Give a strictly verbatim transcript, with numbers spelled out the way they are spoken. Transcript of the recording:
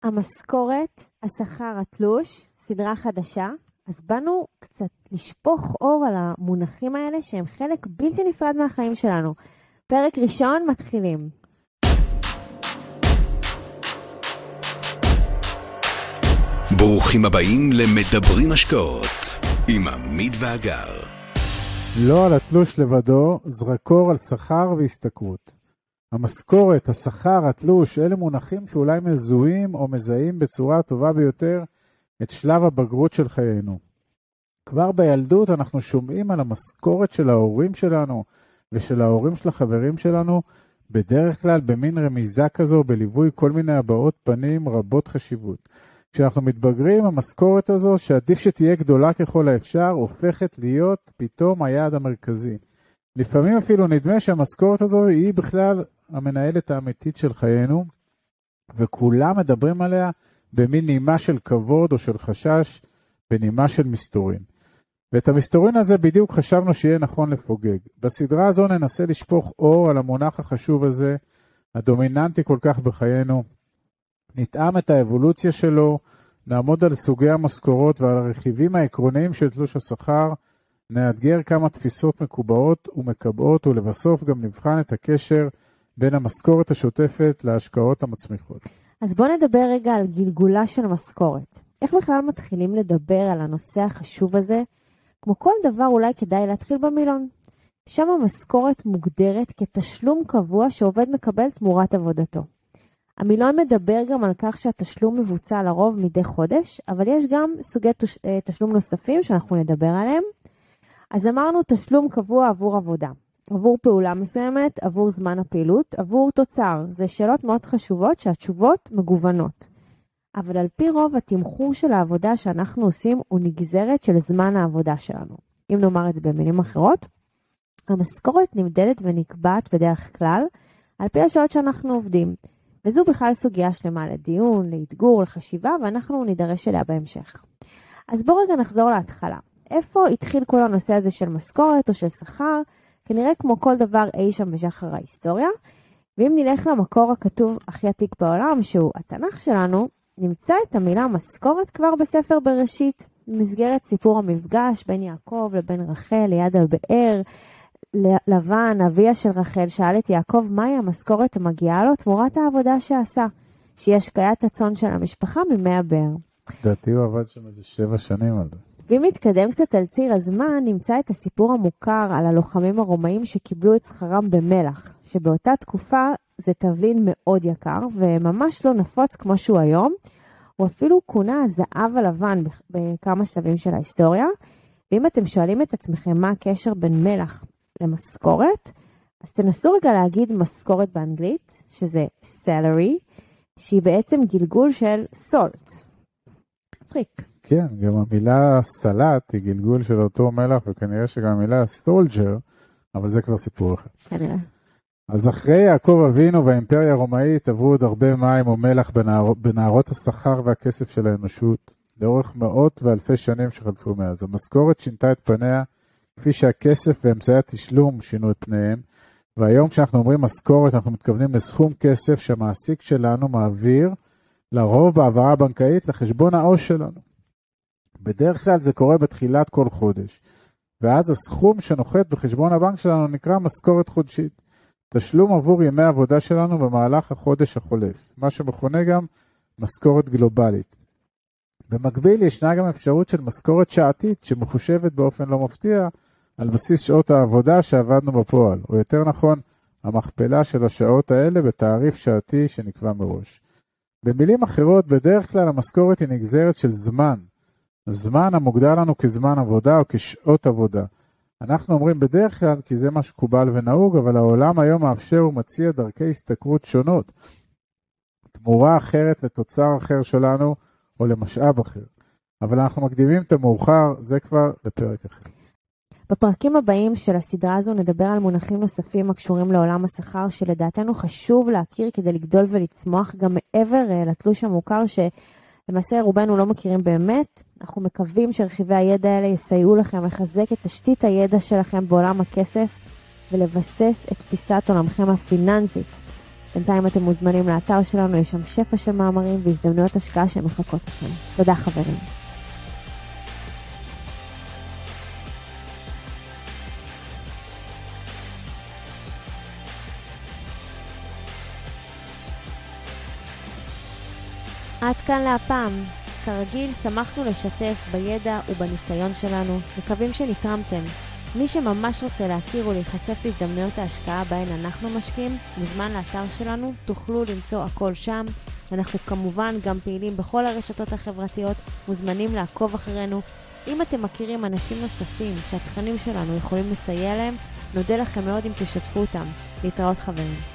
המשכורת, השכר, התלוש, סדרה חדשה. אז באנו קצת לשפוך אור על המונחים האלה שהם חלק בלתי נפרד מהחיים שלנו. פרק ראשון, מתחילים. ברוכים הבאים למדברים השקעות עם עמית ואגר. לא על התלוש לבדו, זרקור על שכר והסתכרות. המשכורת, השכר, התלוש, אלה מונחים שאולי מזוהים או מזהים בצורה הטובה ביותר את שלב הבגרות של חיינו. כבר בילדות אנחנו שומעים על המשכורת של ההורים שלנו ושל ההורים של החברים שלנו, בדרך כלל במין רמיזה כזו, בליווי כל מיני הבעות פנים רבות חשיבות. כשאנחנו מתבגרים, המשכורת הזו, שעדיף שתהיה גדולה ככל האפשר, הופכת להיות פתאום היעד המרכזי. לפעמים אפילו נדמה שהמשכורת הזו היא בכלל המנהלת האמיתית של חיינו, וכולם מדברים עליה במין נימה של כבוד או של חשש, בנימה של מסתורין. ואת המסתורין הזה בדיוק חשבנו שיהיה נכון לפוגג. בסדרה הזו ננסה לשפוך אור על המונח החשוב הזה, הדומיננטי כל כך בחיינו, נטעם את האבולוציה שלו, נעמוד על סוגי המשכורות ועל הרכיבים העקרוניים של תלוש השכר, נאתגר כמה תפיסות מקובעות ומקבעות, ולבסוף גם נבחן את הקשר בין המשכורת השוטפת להשקעות המצמיחות. אז בואו נדבר רגע על גלגולה של משכורת. איך בכלל מתחילים לדבר על הנושא החשוב הזה? כמו כל דבר אולי כדאי להתחיל במילון. שם המשכורת מוגדרת כתשלום קבוע שעובד מקבל תמורת עבודתו. המילון מדבר גם על כך שהתשלום מבוצע לרוב מדי חודש, אבל יש גם סוגי תשלום נוספים שאנחנו נדבר עליהם. אז אמרנו תשלום קבוע עבור עבודה, עבור פעולה מסוימת, עבור זמן הפעילות, עבור תוצר. זה שאלות מאוד חשובות שהתשובות מגוונות. אבל על פי רוב התמחור של העבודה שאנחנו עושים הוא נגזרת של זמן העבודה שלנו. אם נאמר את זה במילים אחרות, המשכורת נמדדת ונקבעת בדרך כלל על פי השעות שאנחנו עובדים. וזו בכלל סוגיה שלמה לדיון, להתגור, לחשיבה, ואנחנו נידרש אליה בהמשך. אז בואו רגע נחזור להתחלה. איפה התחיל כל הנושא הזה של משכורת או של שכר? כנראה כמו כל דבר אי שם בשחר ההיסטוריה. ואם נלך למקור הכתוב הכי עתיק בעולם, שהוא התנ"ך שלנו, נמצא את המילה משכורת כבר בספר בראשית, במסגרת סיפור המפגש בין יעקב לבין רחל ליד הבאר. לבן, אביה של רחל, שאל את יעקב מהי המשכורת המגיעה לו תמורת העבודה שעשה, שהיא השקיית הצאן של המשפחה ממי הבאר. דעתי הוא עבד שם איזה שבע שנים על זה. ואם נתקדם קצת על ציר הזמן, נמצא את הסיפור המוכר על הלוחמים הרומאים שקיבלו את שכרם במלח, שבאותה תקופה זה תבלין מאוד יקר וממש לא נפוץ כמו שהוא היום. הוא אפילו כונה הזהב הלבן בכמה שלבים של ההיסטוריה. ואם אתם שואלים את עצמכם מה הקשר בין מלח למשכורת, אז תנסו רגע להגיד משכורת באנגלית, שזה salary, שהיא בעצם גלגול של salt. מצחיק. כן, גם המילה סלט היא גלגול של אותו מלח, וכנראה שגם המילה soldier, אבל זה כבר סיפור אחר. כנראה. אז אחרי יעקב אבינו והאימפריה הרומאית עברו עוד הרבה מים ומלח בנהר, בנהרות השכר והכסף של האנושות, לאורך מאות ואלפי שנים שחלפו מאז. המשכורת שינתה את פניה, כפי שהכסף ואמצעי התשלום שינו את פניהם, והיום כשאנחנו אומרים משכורת, אנחנו מתכוונים לסכום כסף שהמעסיק שלנו מעביר, לרוב בעברה בנקאית לחשבון העו"ש שלנו. בדרך כלל זה קורה בתחילת כל חודש, ואז הסכום שנוחת בחשבון הבנק שלנו נקרא משכורת חודשית. תשלום עבור ימי העבודה שלנו במהלך החודש החולף, מה שמכונה גם משכורת גלובלית. במקביל ישנה גם אפשרות של משכורת שעתית שמחושבת באופן לא מפתיע על בסיס שעות העבודה שעבדנו בפועל, או יותר נכון, המכפלה של השעות האלה בתעריף שעתי שנקבע מראש. במילים אחרות, בדרך כלל המשכורת היא נגזרת של זמן, זמן המוגדר לנו כזמן עבודה או כשעות עבודה. אנחנו אומרים בדרך כלל כי זה מה שקובל ונהוג, אבל העולם היום מאפשר ומציע דרכי הסתכרות שונות, תמורה אחרת לתוצר אחר שלנו או למשאב אחר. אבל אנחנו מקדימים את המאוחר, זה כבר לפרק אחר. בפרקים הבאים של הסדרה הזו נדבר על מונחים נוספים הקשורים לעולם השכר, שלדעתנו חשוב להכיר כדי לגדול ולצמוח גם מעבר לתלוש המוכר שלמעשה רובנו לא מכירים באמת. אנחנו מקווים שרכיבי הידע האלה יסייעו לכם לחזק את תשתית הידע שלכם בעולם הכסף ולבסס את תפיסת עולמכם הפיננסית. בינתיים אתם מוזמנים לאתר שלנו, יש שם שפע של מאמרים והזדמנויות השקעה שמחכות לכם. תודה חברים. עד כאן להפעם. כרגיל, שמחנו לשתף בידע ובניסיון שלנו. מקווים שנתרמתם. מי שממש רוצה להכיר ולהיחשף להזדמנויות ההשקעה בהן אנחנו משקיעים, מוזמן לאתר שלנו, תוכלו למצוא הכל שם. אנחנו כמובן גם פעילים בכל הרשתות החברתיות, מוזמנים לעקוב אחרינו. אם אתם מכירים אנשים נוספים שהתכנים שלנו יכולים לסייע להם, נודה לכם מאוד אם תשתפו אותם. להתראות חברים.